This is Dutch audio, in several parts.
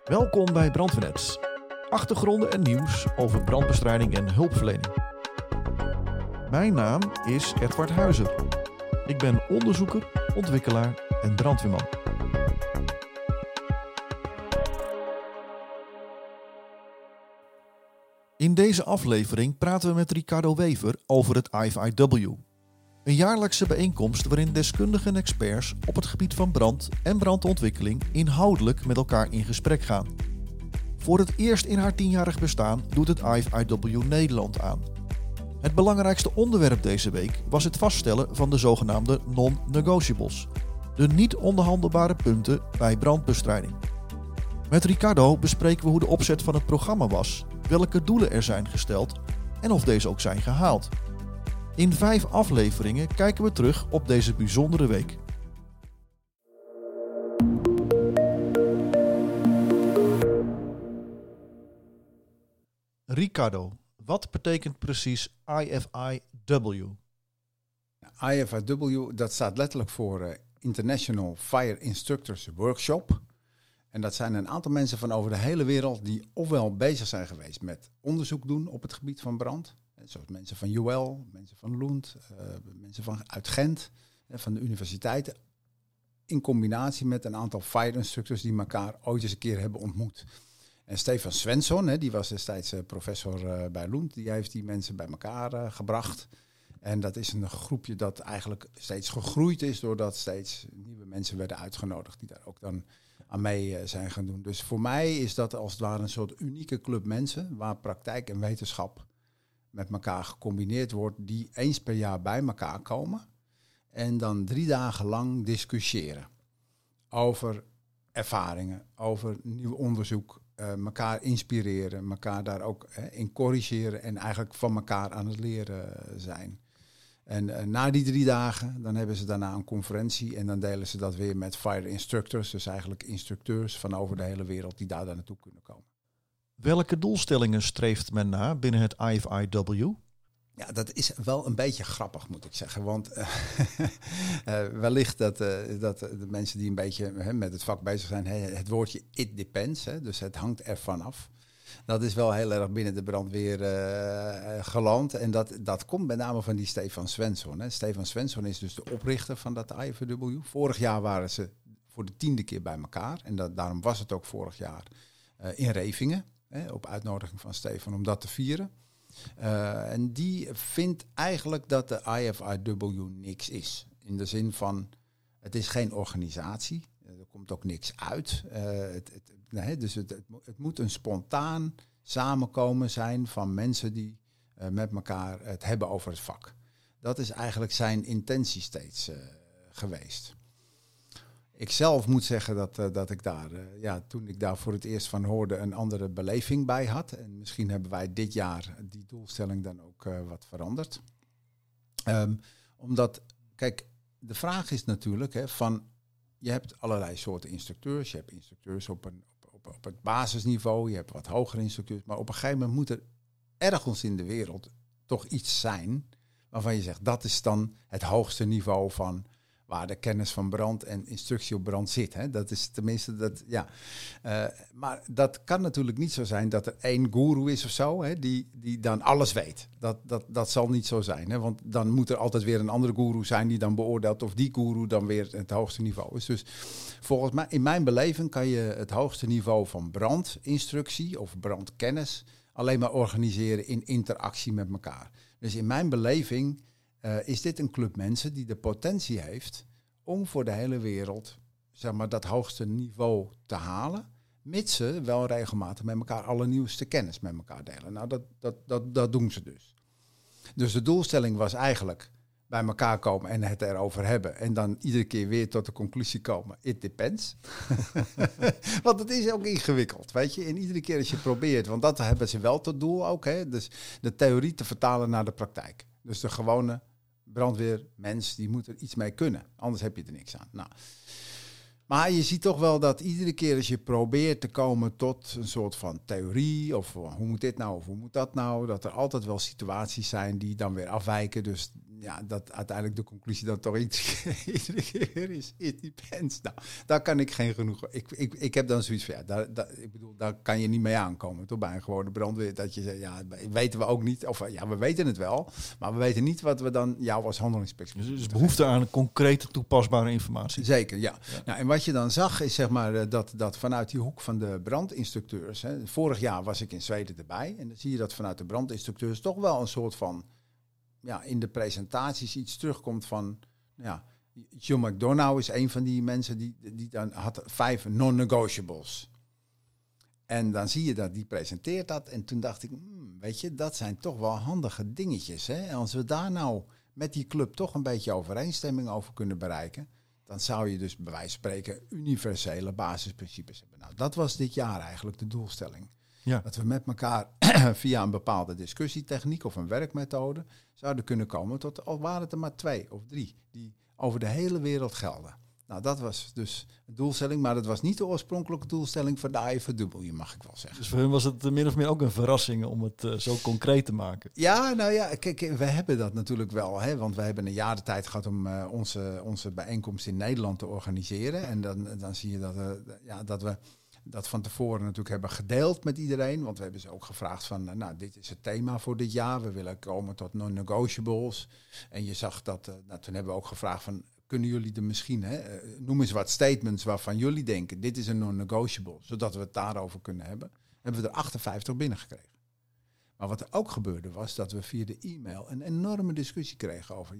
Welkom bij Brandweernet. Achtergronden en nieuws over brandbestrijding en hulpverlening. Mijn naam is Edward Huizer. Ik ben onderzoeker, ontwikkelaar en brandweerman. In deze aflevering praten we met Ricardo Wever over het IFIW. Een jaarlijkse bijeenkomst waarin deskundigen en experts op het gebied van brand en brandontwikkeling inhoudelijk met elkaar in gesprek gaan. Voor het eerst in haar 10-jarig bestaan doet het IFIW Nederland aan. Het belangrijkste onderwerp deze week was het vaststellen van de zogenaamde non-negotiables, de niet onderhandelbare punten bij brandbestrijding. Met Ricardo bespreken we hoe de opzet van het programma was, welke doelen er zijn gesteld en of deze ook zijn gehaald. In 5 afleveringen kijken we terug op deze bijzondere week. Ricardo, wat betekent precies IFIW? IFIW, dat staat letterlijk voor International Fire Instructors Workshop. En dat zijn een aantal mensen van over de hele wereld die ofwel bezig zijn geweest met onderzoek doen op het gebied van brand. Zoals mensen van UL, mensen van Lund, mensen uit Gent, van de universiteiten. In combinatie met een aantal fire instructors die elkaar ooit eens een keer hebben ontmoet. En Stefan Svensson, die was destijds professor bij Lund, die heeft die mensen bij elkaar gebracht. En dat is een groepje dat eigenlijk steeds gegroeid is doordat steeds nieuwe mensen werden uitgenodigd die daar ook dan aan mee zijn gaan doen. Dus voor mij is dat als het ware een soort unieke club mensen waar praktijk en wetenschap met elkaar gecombineerd wordt, die eens per jaar bij elkaar komen en dan 3 dagen lang discussiëren over ervaringen, over nieuw onderzoek, elkaar inspireren, elkaar daar ook in corrigeren en eigenlijk van elkaar aan het leren zijn. En na die 3 dagen, dan hebben ze daarna een conferentie en dan delen ze dat weer met fire instructors, dus eigenlijk instructeurs van over de hele wereld die daar naartoe kunnen komen. Welke doelstellingen streeft men na binnen het IFIW? Ja, dat is wel een beetje grappig, moet ik zeggen. Want wellicht dat de mensen die een beetje met het vak bezig zijn, het woordje it depends, dus het hangt ervan af. Dat is wel heel erg binnen de brandweer geland. En dat komt met name van die Stefan Svensson. Stefan Svensson is dus de oprichter van dat IFIW. Vorig jaar waren ze voor de 10e keer bij elkaar. En daarom was het ook vorig jaar in Revingen. Op uitnodiging van Stefan om dat te vieren. En die vindt eigenlijk dat de IFIW niks is. In de zin het is geen organisatie. Er komt ook niks uit. Dus het moet een spontaan samenkomen zijn van mensen die met elkaar het hebben over het vak. Dat is eigenlijk zijn intentie steeds geweest. Ik zelf moet zeggen dat ik daar, toen ik daar voor het eerst van hoorde, een andere beleving bij had. En misschien hebben wij dit jaar die doelstelling dan ook wat veranderd. Omdat, kijk, de vraag is natuurlijk je hebt allerlei soorten instructeurs. Je hebt instructeurs op het basisniveau, je hebt wat hogere instructeurs. Maar op een gegeven moment moet er ergens in de wereld toch iets zijn waarvan je zegt, dat is dan het hoogste niveau van waar de kennis van brand en instructie op brand zit. Dat is tenminste dat, ja. Maar dat kan natuurlijk niet zo zijn dat er 1 goeroe is of zo, die dan alles weet. Dat zal niet zo zijn. Want dan moet er altijd weer een andere goeroe zijn die dan beoordeelt of die goeroe dan weer het hoogste niveau is. Dus volgens mij, in mijn beleving kan je het hoogste niveau van brandinstructie of brandkennis alleen maar organiseren in interactie met elkaar. Dus in mijn beleving is dit een club mensen die de potentie heeft om voor de hele wereld, zeg maar, dat hoogste niveau te halen, mits ze wel regelmatig met elkaar allernieuwste kennis met elkaar delen. Nou, dat doen ze dus. Dus de doelstelling was eigenlijk bij elkaar komen en het erover hebben en dan iedere keer weer tot de conclusie komen, it depends. Want het is ook ingewikkeld, weet je. En iedere keer als je probeert, want dat hebben ze wel tot doel ook, dus de theorie te vertalen naar de praktijk. Dus de gewone brandweermens, die moet er iets mee kunnen. Anders heb je er niks aan. Nou, maar je ziet toch wel dat iedere keer als je probeert te komen tot een soort van theorie, of hoe moet dit nou, of hoe moet dat nou, dat er altijd wel situaties zijn die dan weer afwijken. Dus dat uiteindelijk de conclusie dan toch iedere keer is, it depends. Nou, daar kan ik geen genoeg. Ik heb dan zoiets van, ik bedoel, daar kan je niet mee aankomen. Toch bij een gewone brandweer, dat je zegt, weten we ook niet. Of we weten het wel, maar we weten niet wat we dan jou als handelinspectie. Dus er is behoefte aan concrete toepasbare informatie. Zeker, ja. Nou, en wat je dan zag is zeg maar dat vanuit die hoek van de brandinstructeurs. Hè, vorig jaar was ik in Zweden erbij. En dan zie je dat vanuit de brandinstructeurs toch wel een soort van, in de presentaties iets terugkomt van, John McDonough is een van die mensen die dan had 5 non-negotiables. En dan zie je dat, die presenteert dat. En toen dacht ik, weet je, dat zijn toch wel handige dingetjes. Hè? En als we daar nou met die club toch een beetje overeenstemming over kunnen bereiken, dan zou je dus bij wijze van spreken universele basisprincipes hebben. Nou, dat was dit jaar eigenlijk de doelstelling. Ja. Dat we met elkaar via een bepaalde discussietechniek of een werkmethode zouden kunnen komen tot, al waren het er maar 2 of 3, die over de hele wereld gelden. Nou, dat was dus een doelstelling, maar dat was niet de oorspronkelijke doelstelling van de IFW, mag ik wel zeggen. Dus voor hun was het min of meer ook een verrassing om het zo concreet te maken? Ja, nou ja, kijk, we hebben dat natuurlijk wel, hè, want we hebben een jaar de tijd gehad om onze bijeenkomst in Nederland te organiseren. En dan zie je dat we dat van tevoren natuurlijk hebben gedeeld met iedereen. Want we hebben ze ook gevraagd van, dit is het thema voor dit jaar. We willen komen tot non-negotiables. En je zag dat, toen hebben we ook gevraagd van, kunnen jullie er misschien, noem eens wat statements waarvan jullie denken, dit is een non-negotiable, zodat we het daarover kunnen hebben. Hebben we er 58 binnengekregen. Maar wat er ook gebeurde was dat we via de e-mail een enorme discussie kregen over,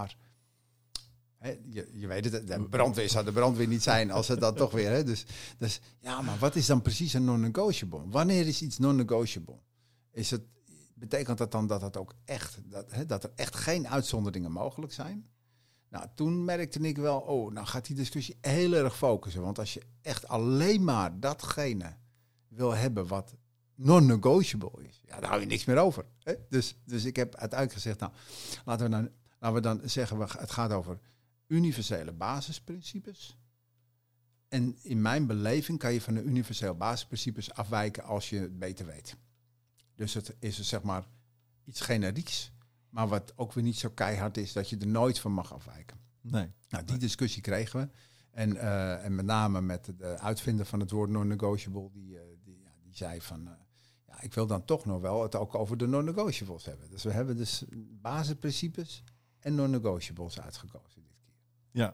je weet het, de brandweer zou de brandweer niet zijn als het dan toch weer. Hè? Dus maar wat is dan precies een non-negotiable? Wanneer is iets non-negotiable? Betekent dat dan dat het ook echt, dat er echt geen uitzonderingen mogelijk zijn? Nou, toen merkte ik wel, nou gaat die discussie heel erg focussen. Want als je echt alleen maar datgene wil hebben wat non-negotiable is, daar hou je niks meer over. Hè? Dus ik heb uiteindelijk gezegd, laten we dan zeggen, het gaat over universele basisprincipes. En in mijn beleving kan je van de universele basisprincipes afwijken als je het beter weet. Dus het is zeg maar iets generieks, maar wat ook weer niet zo keihard is dat je er nooit van mag afwijken. Nee. Nou, die discussie kregen we. En met name met de uitvinder van het woord non-negotiable, die zei van, ik wil dan toch nog wel het ook over de non-negotiables hebben. Dus we hebben dus basisprincipes en non-negotiables uitgekozen dit keer. Ja.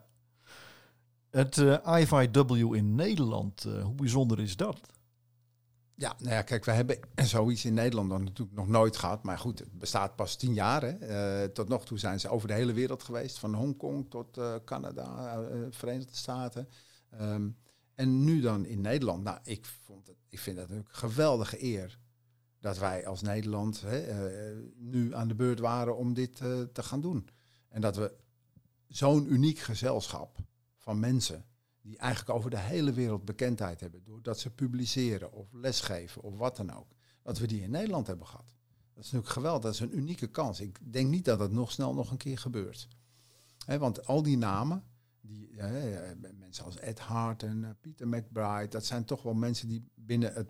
Het IFIW in Nederland, hoe bijzonder is dat? Ja, nou ja, kijk, we hebben zoiets in Nederland dan natuurlijk nog nooit gehad. Maar goed, het bestaat pas 10 jaar. Hè. Tot nog toe zijn ze over de hele wereld geweest. Van Hongkong tot Canada, Verenigde Staten. En nu dan in Nederland. Nou, ik vind dat een geweldige eer dat wij als Nederland nu aan de beurt waren om dit te gaan doen. En dat we zo'n uniek gezelschap van mensen die eigenlijk over de hele wereld bekendheid hebben, doordat ze publiceren of lesgeven of wat dan ook, dat we die in Nederland hebben gehad. Dat is natuurlijk geweldig, dat is een unieke kans. Ik denk niet dat het nog snel nog een keer gebeurt. Want al die namen, mensen als Ed Hart en Peter McBride, dat zijn toch wel mensen die binnen het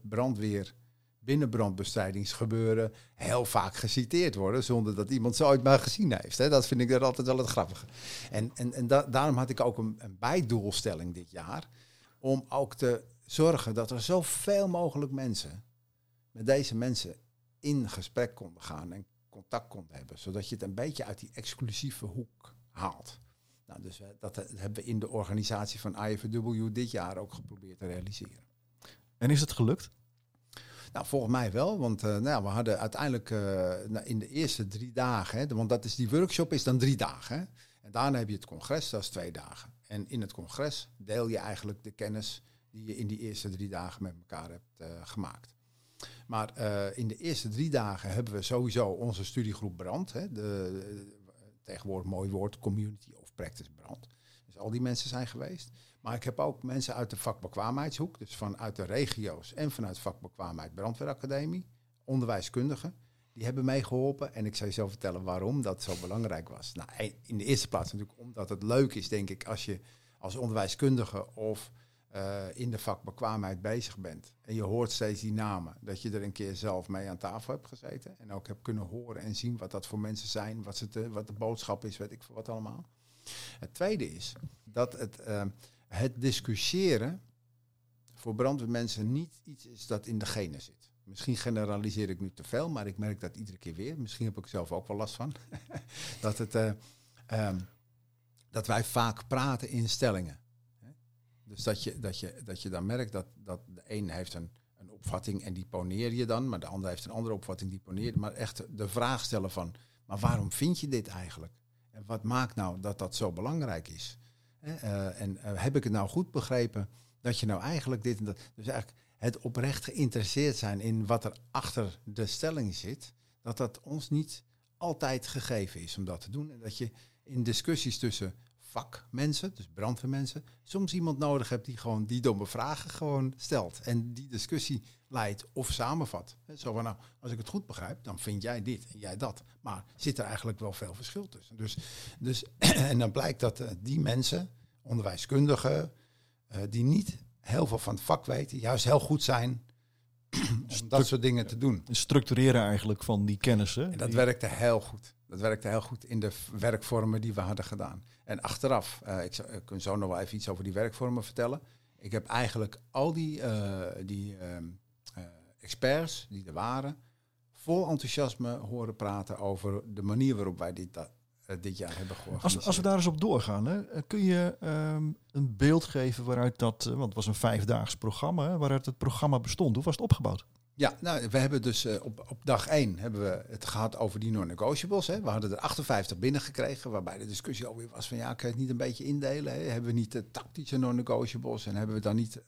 brandbestrijdingsgebeuren heel vaak geciteerd worden, zonder dat iemand ze ooit maar gezien heeft. Hè. Dat vind ik er altijd wel het grappige. En daarom had ik ook een bijdoelstelling dit jaar, om ook te zorgen dat er zoveel mogelijk mensen met deze mensen in gesprek konden gaan en contact konden hebben, zodat je het een beetje uit die exclusieve hoek haalt. Nou, dus dat hebben we in de organisatie van IFW dit jaar ook geprobeerd te realiseren. En is het gelukt? Nou, volgens mij wel, want we hadden uiteindelijk in de eerste 3 dagen, want die workshop is dan 3 dagen. Hè, en daarna heb je het congres, dat is 2 dagen. En in het congres deel je eigenlijk de kennis die je in die eerste 3 dagen met elkaar hebt gemaakt. Maar in de eerste 3 dagen hebben we sowieso onze studiegroep brand. Hè, tegenwoordig mooi woord, community of practice brand. Dus al die mensen zijn geweest. Maar ik heb ook mensen uit de vakbekwaamheidshoek, dus vanuit de regio's en vanuit vakbekwaamheid brandweeracademie, onderwijskundigen, die hebben meegeholpen. En ik zal je zo vertellen waarom dat zo belangrijk was. Nou, in de eerste plaats natuurlijk omdat het leuk is, denk ik, als je als onderwijskundige of in de vakbekwaamheid bezig bent en je hoort steeds die namen, dat je er een keer zelf mee aan tafel hebt gezeten en ook hebt kunnen horen en zien wat dat voor mensen zijn, wat de boodschap is, weet ik veel wat allemaal. Het tweede is dat het discussiëren voor brandweermensen niet iets is dat in de genen zit. Misschien generaliseer ik nu te veel, maar ik merk dat iedere keer weer. Misschien heb ik er zelf ook wel last van. Dat wij vaak praten in stellingen. Dus dat je dan merkt dat de een heeft een opvatting en die poneer je dan, maar de ander heeft een andere opvatting, die poneer je. Maar echt de vraag stellen van, maar waarom vind je dit eigenlijk? En wat maakt nou dat zo belangrijk is? Heb ik het nou goed begrepen dat je nou eigenlijk dit en dat... Dus eigenlijk het oprecht geïnteresseerd zijn in wat er achter de stelling zit, dat ons niet altijd gegeven is om dat te doen. En dat je in discussies tussen vakmensen, dus brandweermensen, soms iemand nodig hebt die gewoon die domme vragen gewoon stelt. En die discussie leidt of samenvat. Zo van, nou, als ik het goed begrijp, dan vind jij dit en jij dat. Maar zit er eigenlijk wel veel verschil tussen. Dus en dan blijkt dat die mensen, onderwijskundigen, die niet heel veel van het vak weten, juist heel goed zijn om dat soort dingen te doen. Structureren eigenlijk van die kennis. Hè? En dat werkte heel goed. Dat werkte heel goed in de werkvormen die we hadden gedaan. En achteraf, ik kan zo nog wel even iets over die werkvormen vertellen. Ik heb eigenlijk al die experts die er waren, vol enthousiasme horen praten over de manier waarop wij dit jaar hebben georganiseerd. Als we daar eens op doorgaan, hè, kun je een beeld geven waaruit dat, want het was een 5-daags programma, hè, waaruit het programma bestond. Hoe was het opgebouwd? Ja, nou, we hebben dus op dag 1 hebben we het gehad over die non-negotiables. Hè. We hadden er 58 binnengekregen, waarbij de discussie alweer was van, ja, kan je het niet een beetje indelen? Hè? Hebben we niet tactische non-negotiables en hebben we dan niet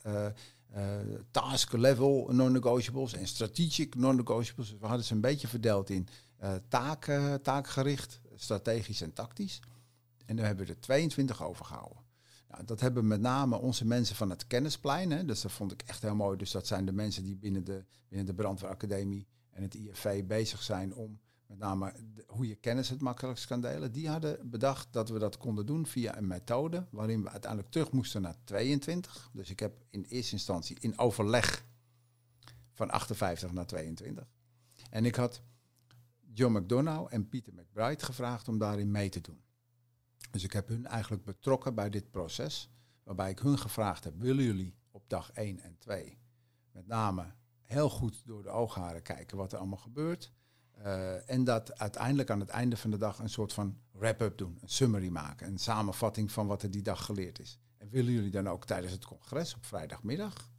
task level non-negotiables en strategic non-negotiables? Dus we hadden ze een beetje verdeeld in taakgericht, strategisch en tactisch. En dan hebben we er 22 overgehouden. Nou, dat hebben met name onze mensen van het Kennisplein. Hè. Dus dat vond ik echt heel mooi. Dus dat zijn de mensen die binnen de Brandweeracademie en het IFV bezig zijn om met name hoe je kennis het makkelijkst kan delen. Die hadden bedacht dat we dat konden doen via een methode waarin we uiteindelijk terug moesten naar 22. Dus ik heb in eerste instantie in overleg van 58 naar 22. En ik had John McDonough en Pieter McBride gevraagd om daarin mee te doen. Dus ik heb hun eigenlijk betrokken bij dit proces, waarbij ik hun gevraagd heb, willen jullie op dag 1 en 2 met name heel goed door de oogharen kijken wat er allemaal gebeurt. En dat uiteindelijk aan het einde van de dag een soort van wrap-up doen, een summary maken, een samenvatting van wat er die dag geleerd is. En willen jullie dan ook tijdens het congres op vrijdagmiddag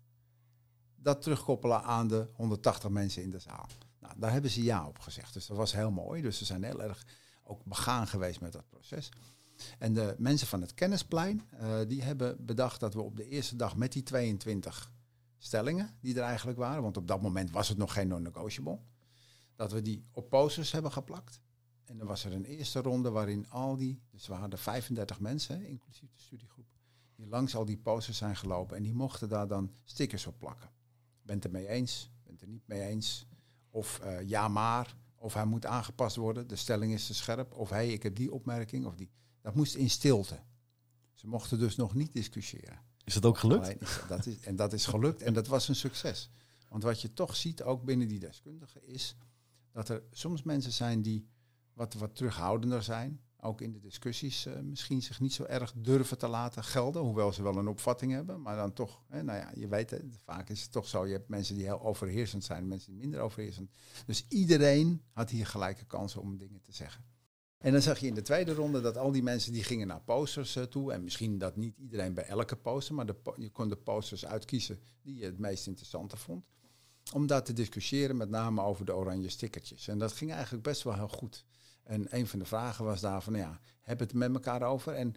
dat terugkoppelen aan de 180 mensen in de zaal? Nou, daar hebben ze ja op gezegd. Dus dat was heel mooi. Dus ze zijn heel erg ook begaan geweest met dat proces. En de mensen van het Kennisplein, die hebben bedacht dat we op de eerste dag met die 22 stellingen die er eigenlijk waren, want op dat moment was het nog geen non-negotiable, dat we die op posters hebben geplakt. En dan was er een eerste ronde waarin dus we hadden 35 mensen, inclusief de studiegroep, die langs al die posters zijn gelopen en die mochten daar dan stickers op plakken. Bent er mee eens, bent er niet mee eens, of ja maar, of hij moet aangepast worden, de stelling is te scherp, of hey, ik heb die opmerking, of die. Dat moest in stilte. Ze mochten dus nog niet discussiëren. Is dat ook gelukt? Dat is gelukt en dat was een succes. Want wat je toch ziet, ook binnen die deskundigen, is dat er soms mensen zijn die wat terughoudender zijn. Ook in de discussies misschien zich niet zo erg durven te laten gelden. Hoewel ze wel een opvatting hebben. Maar dan toch, nou ja, je weet het, vaak is het toch zo. Je hebt mensen die heel overheersend zijn, mensen die minder overheersend. Dus iedereen had hier gelijke kansen om dingen te zeggen. En dan zag je in de tweede ronde dat al die mensen die gingen naar posters toe. En misschien dat niet iedereen bij elke poster, maar je kon de posters uitkiezen die je het meest interessante vond. Om daar te discussiëren, met name over de oranje stickertjes. En dat ging eigenlijk best wel heel goed. En een van de vragen was daarvan, ja, heb het met elkaar over. En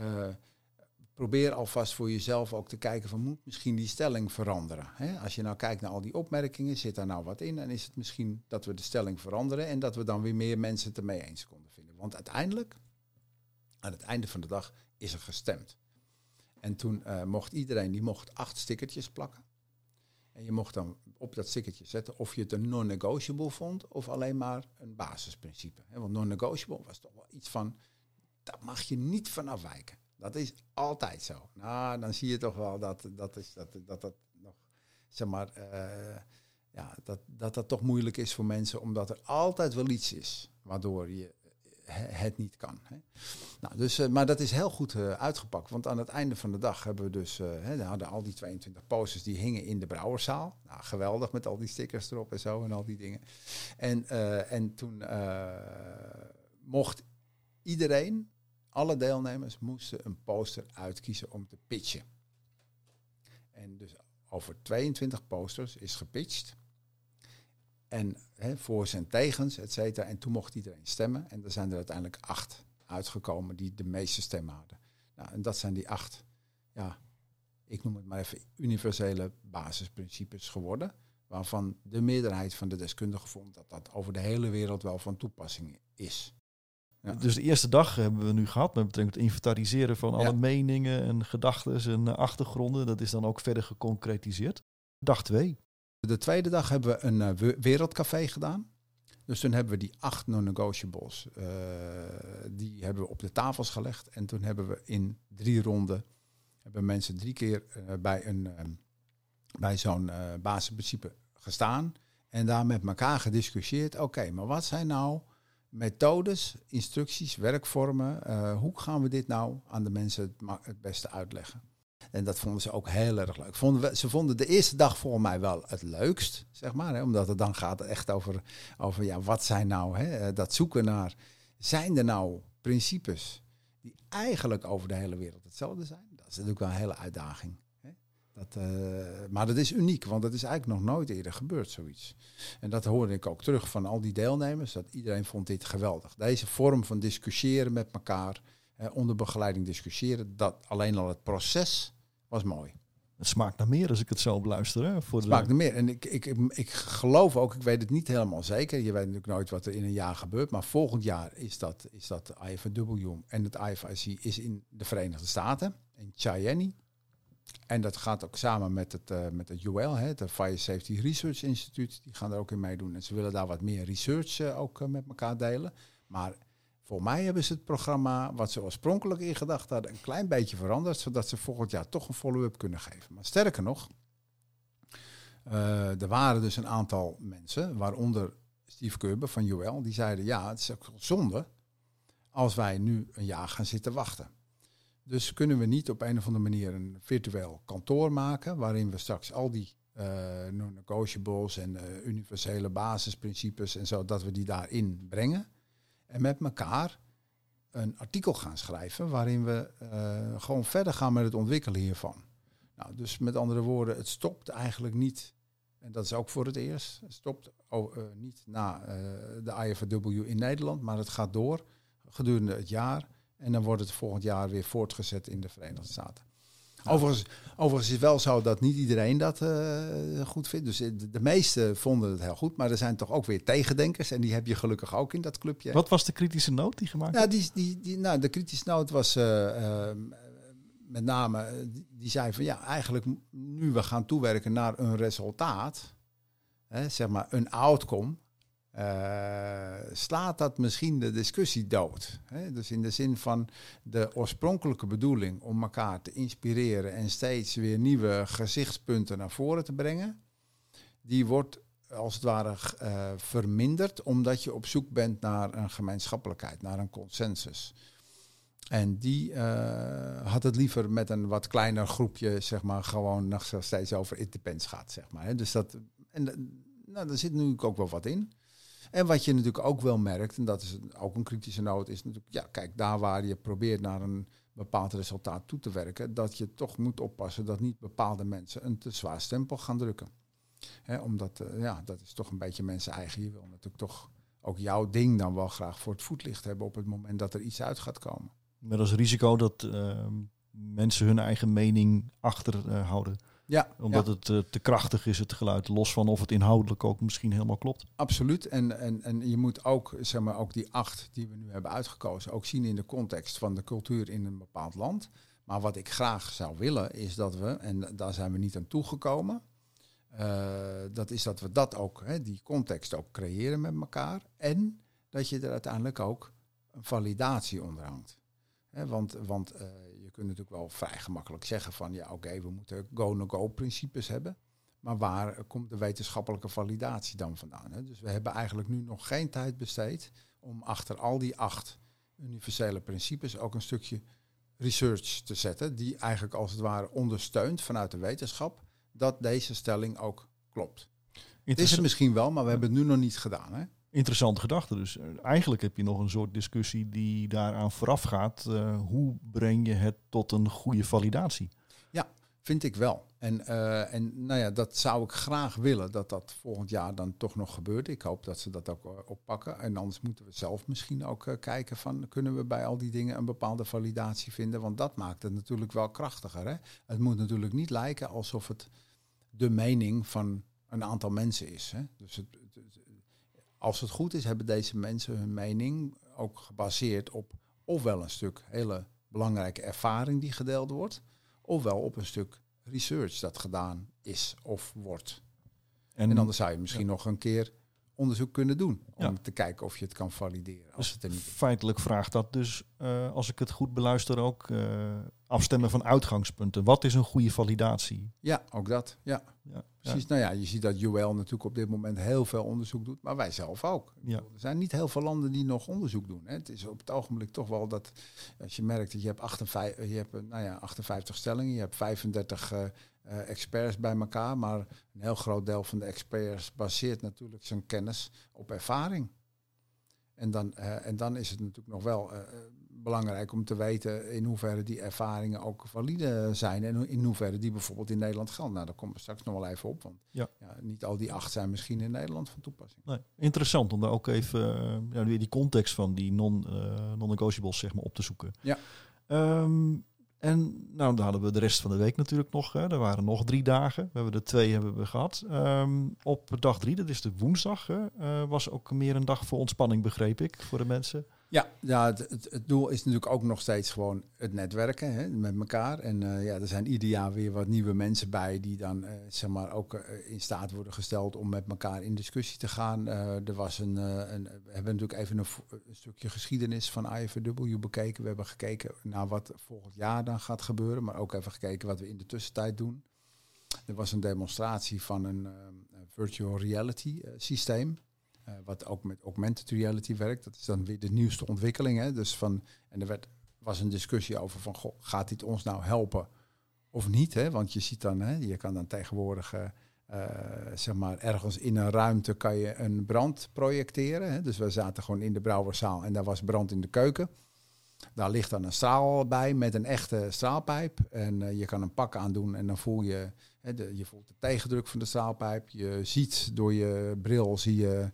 probeer alvast voor jezelf ook te kijken van, moet misschien die stelling veranderen. Hè? Als je nou kijkt naar al die opmerkingen, zit daar nou wat in? En is het misschien dat we de stelling veranderen en dat we dan weer meer mensen het ermee eens konden vinden. Want uiteindelijk, aan het einde van de dag, is er gestemd. En toen mocht iedereen, die mocht 8 stickertjes plakken. En je mocht dan op dat stickertje zetten of je het een non-negotiable vond of alleen maar een basisprincipe. Want non-negotiable was toch wel iets van, daar mag je niet van afwijken. Dat is altijd zo. Nou, dan zie je toch wel dat nog, zeg maar, dat toch moeilijk is voor mensen, omdat er altijd wel iets is waardoor je het niet kan. Hè. Nou, dus, maar dat is heel goed uitgepakt, want aan het einde van de dag hebben we dus, we hadden al die 22 posters die hingen in de Brouwerzaal. Nou, geweldig met al die stickers erop en zo en al die dingen. En toen mocht iedereen, alle deelnemers, moesten een poster uitkiezen om te pitchen. En dus over 22 posters is gepitcht. En voor's en tegens, et cetera. En toen mocht iedereen stemmen. En er zijn er uiteindelijk 8 uitgekomen die de meeste stemmen hadden. Nou, en dat zijn die 8, ja, ik noem het maar even universele basisprincipes geworden. Waarvan de meerderheid van de deskundigen vond dat dat over de hele wereld wel van toepassing is. Ja. Dus de eerste dag hebben we nu gehad met betrekking tot inventariseren van alle meningen en gedachten en achtergronden. Dat is dan ook verder geconcretiseerd. Dag 2. De tweede dag hebben we een wereldcafé gedaan. Dus toen hebben we die 8 non-negotiables, die hebben we op de tafels gelegd. En toen hebben we in 3 ronden, hebben mensen 3 keer bij zo'n basisprincipe gestaan. En daar met elkaar gediscussieerd. Oké, maar wat zijn nou methodes, instructies, werkvormen? Hoe gaan we dit nou aan de mensen het beste uitleggen? En dat vonden ze ook heel erg leuk. Ze vonden de eerste dag volgens mij wel het leukst, zeg maar. Hè, omdat het dan gaat echt over ja, wat zijn nou, dat zoeken naar, zijn er nou principes die eigenlijk over de hele wereld hetzelfde zijn? Dat is natuurlijk wel een hele uitdaging. Hè. Maar dat is uniek, want dat is eigenlijk nog nooit eerder gebeurd, zoiets. En dat hoorde ik ook terug van al die deelnemers, dat iedereen vond dit geweldig. Deze vorm van discussiëren met elkaar, onder begeleiding discussiëren, dat alleen al het proces was mooi. Het smaakt naar meer als ik het zo beluister. Hè, het smaakt naar meer. En ik geloof ook, ik weet het niet helemaal zeker. Je weet natuurlijk nooit wat er in een jaar gebeurt. Maar volgend jaar is dat IFW en het IFIC is in de Verenigde Staten, in Cheyenne. En dat gaat ook samen met het UL, het Fire Safety Research Institute. Die gaan er ook in meedoen. En ze willen daar wat meer research ook met elkaar delen. Maar voor mij hebben ze het programma, wat ze oorspronkelijk in gedacht hadden, een klein beetje veranderd, zodat ze volgend jaar toch een follow-up kunnen geven. Maar sterker nog, er waren dus een aantal mensen, waaronder Steve Kerber van UL, die zeiden, ja, het is ook zonde als wij nu een jaar gaan zitten wachten. Dus kunnen we niet op een of andere manier een virtueel kantoor maken, waarin we straks al die non-negotiables en universele basisprincipes en zo, dat we die daarin brengen. En met elkaar een artikel gaan schrijven waarin we gewoon verder gaan met het ontwikkelen hiervan. Nou, dus met andere woorden, het stopt eigenlijk niet, en dat is ook voor het eerst, het stopt niet na de IFW in Nederland, maar het gaat door gedurende het jaar. En dan wordt het volgend jaar weer voortgezet in de Verenigde Staten. Overigens is het wel zo dat niet iedereen dat goed vindt. Dus de meesten vonden het heel goed. Maar er zijn toch ook weer tegendenkers. En die heb je gelukkig ook in dat clubje. Wat was de kritische noot die gemaakt werd? De kritische noot was met name, die zei van ja, eigenlijk nu we gaan toewerken naar een resultaat, zeg maar een outcome, slaat dat misschien de discussie dood. Hè? Dus in de zin van de oorspronkelijke bedoeling om elkaar te inspireren en steeds weer nieuwe gezichtspunten naar voren te brengen, die wordt als het ware verminderd, omdat je op zoek bent naar een gemeenschappelijkheid, naar een consensus. En die had het liever met een wat kleiner groepje, zeg maar, gewoon nog steeds over it depends gaat, zeg maar. Hè? Dus dat, daar zit natuurlijk ook wel wat in. En wat je natuurlijk ook wel merkt, en dat is ook een kritische noot, is natuurlijk, ja, kijk, daar waar je probeert naar een bepaald resultaat toe te werken, dat je toch moet oppassen dat niet bepaalde mensen een te zwaar stempel gaan drukken. Omdat, dat is toch een beetje mensen eigen. Je wil natuurlijk toch ook jouw ding dan wel graag voor het voetlicht hebben op het moment dat er iets uit gaat komen. Met als risico dat mensen hun eigen mening achterhouden. Ja, omdat het te krachtig is, het geluid, los van of het inhoudelijk ook misschien helemaal klopt. Absoluut. En je moet ook, zeg maar, ook die 8 die we nu hebben uitgekozen, ook zien in de context van de cultuur in een bepaald land. Maar wat ik graag zou willen, is dat we, en daar zijn we niet aan toegekomen, dat is dat we dat ook, die context ook creëren met elkaar. En dat je er uiteindelijk ook een validatie onder hangt. Want je kunt natuurlijk wel vrij gemakkelijk zeggen van ja, oké, we moeten go-no-go principes hebben. Maar waar komt de wetenschappelijke validatie dan vandaan? Hè? Dus we hebben eigenlijk nu nog geen tijd besteed om achter al die 8 universele principes ook een stukje research te zetten, die eigenlijk als het ware ondersteunt vanuit de wetenschap dat deze stelling ook klopt. Het is het misschien wel, maar we hebben het nu nog niet gedaan. Hè? Interessante gedachte. Dus eigenlijk heb je nog een soort discussie die daaraan vooraf gaat. Hoe breng je het tot een goede validatie? Ja, vind ik wel. En nou ja, dat zou ik graag willen dat dat volgend jaar dan toch nog gebeurt. Ik hoop dat ze dat ook oppakken. En anders moeten we zelf misschien ook kijken van, kunnen we bij al die dingen een bepaalde validatie vinden? Want dat maakt het natuurlijk wel krachtiger. Hè? Het moet natuurlijk niet lijken alsof het de mening van een aantal mensen is. Hè? Dus als het goed is, hebben deze mensen hun mening ook gebaseerd op ofwel een stuk hele belangrijke ervaring die gedeeld wordt, ofwel op een stuk research dat gedaan is of wordt. En dan zou je misschien nog een keer onderzoek kunnen doen om te kijken of je het kan valideren. Als Dus het er niet feitelijk vraagt dat dus, als ik het goed beluister, ook afstemmen van uitgangspunten. Wat is een goede validatie? Ja, ook dat. Ja. Precies. Nou ja, je ziet dat UL natuurlijk op dit moment heel veel onderzoek doet, maar wij zelf ook. Ja. Er zijn niet heel veel landen die nog onderzoek doen. Hè. Het is op het ogenblik toch wel dat, als je merkt dat je hebt 58 stellingen, je hebt 35 experts bij elkaar, maar een heel groot deel van de experts baseert natuurlijk zijn kennis op ervaring. En dan is het natuurlijk nog wel belangrijk om te weten in hoeverre die ervaringen ook valide zijn en in hoeverre die bijvoorbeeld in Nederland gelden. Nou, daar komen we straks nog wel even op, want niet al die 8 zijn misschien in Nederland van toepassing. Nee, interessant om daar ook even die context van die non-negotiables zeg maar op te zoeken. Ja. En nou, dan hadden we de rest van de week natuurlijk nog. Er waren nog 3 dagen. We hebben er 2 gehad. Op dag 3, dat is de woensdag, was ook meer een dag voor ontspanning, begreep ik, voor de mensen. Ja, het doel is natuurlijk ook nog steeds gewoon het netwerken, hè, met elkaar. En er zijn ieder jaar weer wat nieuwe mensen bij die dan zeg maar ook in staat worden gesteld om met elkaar in discussie te gaan. Er was we hebben natuurlijk even een stukje geschiedenis van IFW bekeken. We hebben gekeken naar wat volgend jaar dan gaat gebeuren, maar ook even gekeken wat we in de tussentijd doen. Er was een demonstratie van een virtual reality systeem. Wat ook met augmented reality werkt. Dat is dan weer de nieuwste ontwikkeling. Hè? Dus was een discussie over van, goh, gaat dit ons nou helpen of niet? Hè? Want je ziet dan, je kan dan tegenwoordig zeg maar ergens in een ruimte kan je een brand projecteren. Hè? Dus we zaten gewoon in de brouwerzaal en daar was brand in de keuken. Daar ligt dan een straal bij met een echte straalpijp. En je kan een pak aandoen en dan voel je, je voelt de tegendruk van de straalpijp. Je ziet door je bril, zie je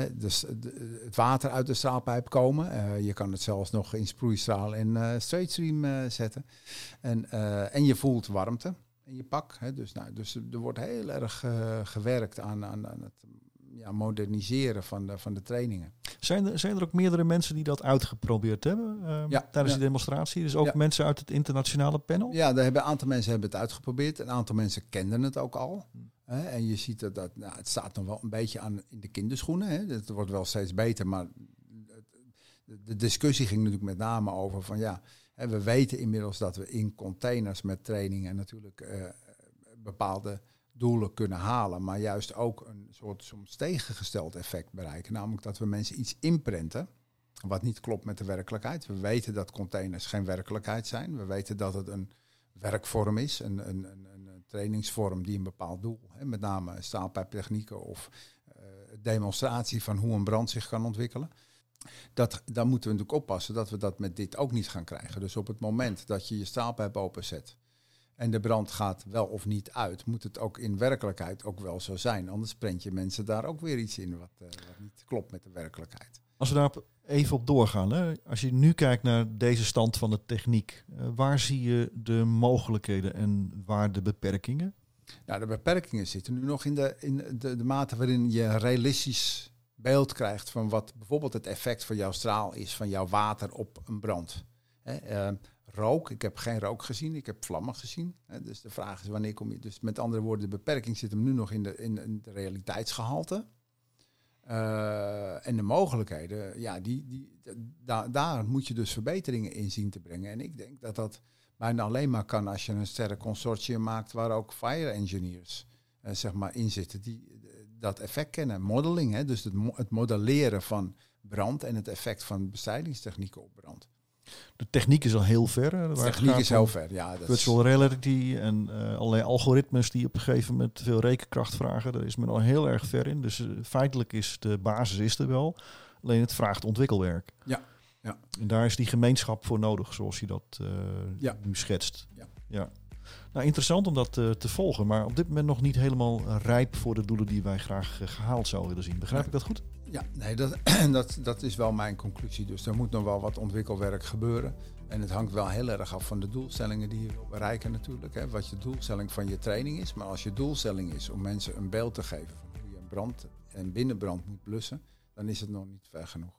het water uit de straalpijp komen. Je kan het zelfs nog in sproeistraal en straight stream zetten. En je voelt warmte in je pak. Hè. Dus er wordt heel erg gewerkt aan het moderniseren van de trainingen. Zijn er ook meerdere mensen die dat uitgeprobeerd hebben tijdens die demonstratie? Dus ook mensen uit het internationale panel? Ja, een aantal mensen hebben het uitgeprobeerd. Een aantal mensen kenden het ook al. En je ziet dat het staat nog wel een beetje in de kinderschoenen. Hè. Het wordt wel steeds beter, maar de discussie ging natuurlijk met name over van we weten inmiddels dat we in containers met trainingen natuurlijk bepaalde doelen kunnen halen, maar juist ook een soort soms tegengesteld effect bereiken. Namelijk dat we mensen iets inprenten wat niet klopt met de werkelijkheid. We weten dat containers geen werkelijkheid zijn. We weten dat het een werkvorm is, een trainingsvorm die een bepaald doel, met name staalpijptechnieken of demonstratie van hoe een brand zich kan ontwikkelen. Daar moeten we natuurlijk oppassen dat we dat met dit ook niet gaan krijgen. Dus op het moment dat je je staalpijp openzet en de brand gaat wel of niet uit, moet het ook in werkelijkheid ook wel zo zijn. Anders prent je mensen daar ook weer iets in wat niet klopt met de werkelijkheid. Als we daar even op doorgaan, hè? Als je nu kijkt naar deze stand van de techniek, waar zie je de mogelijkheden en waar de beperkingen? Nou, de beperkingen zitten nu nog in de mate waarin je een realistisch beeld krijgt van wat bijvoorbeeld het effect van jouw straal is, van jouw water op een brand. Rook, ik heb geen rook gezien, ik heb vlammen gezien. Dus de vraag is wanneer kom je... Dus met andere woorden, de beperking zit hem nu nog in de realiteitsgehalte. En de mogelijkheden, daar moet je dus verbeteringen in zien te brengen. En ik denk dat bijna alleen maar kan als je een sterrenconsortium maakt waar ook fire engineers in zitten die dat effect kennen. Modeling, hè, dus het modelleren van brand en het effect van bestrijdingstechnieken op brand. De techniek is al heel ver. De techniek is heel ver, ja. Virtual reality en allerlei algoritmes die op een gegeven moment veel rekenkracht vragen. Daar is men al heel erg ver in. Dus feitelijk is de basis is er wel. Alleen het vraagt ontwikkelwerk. Ja. En daar is die gemeenschap voor nodig, zoals je dat nu schetst. Ja. Nou, interessant om dat te volgen. Maar op dit moment nog niet helemaal rijp voor de doelen die wij graag gehaald zouden willen zien. Begrijp ik dat goed? Ja, nee, dat is wel mijn conclusie. Dus er moet nog wel wat ontwikkelwerk gebeuren. En het hangt wel heel erg af van de doelstellingen die je wil bereiken natuurlijk. Hè. Wat je doelstelling van je training is. Maar als je doelstelling is om mensen een beeld te geven van hoe je een brand en binnenbrand moet blussen, dan is het nog niet ver genoeg.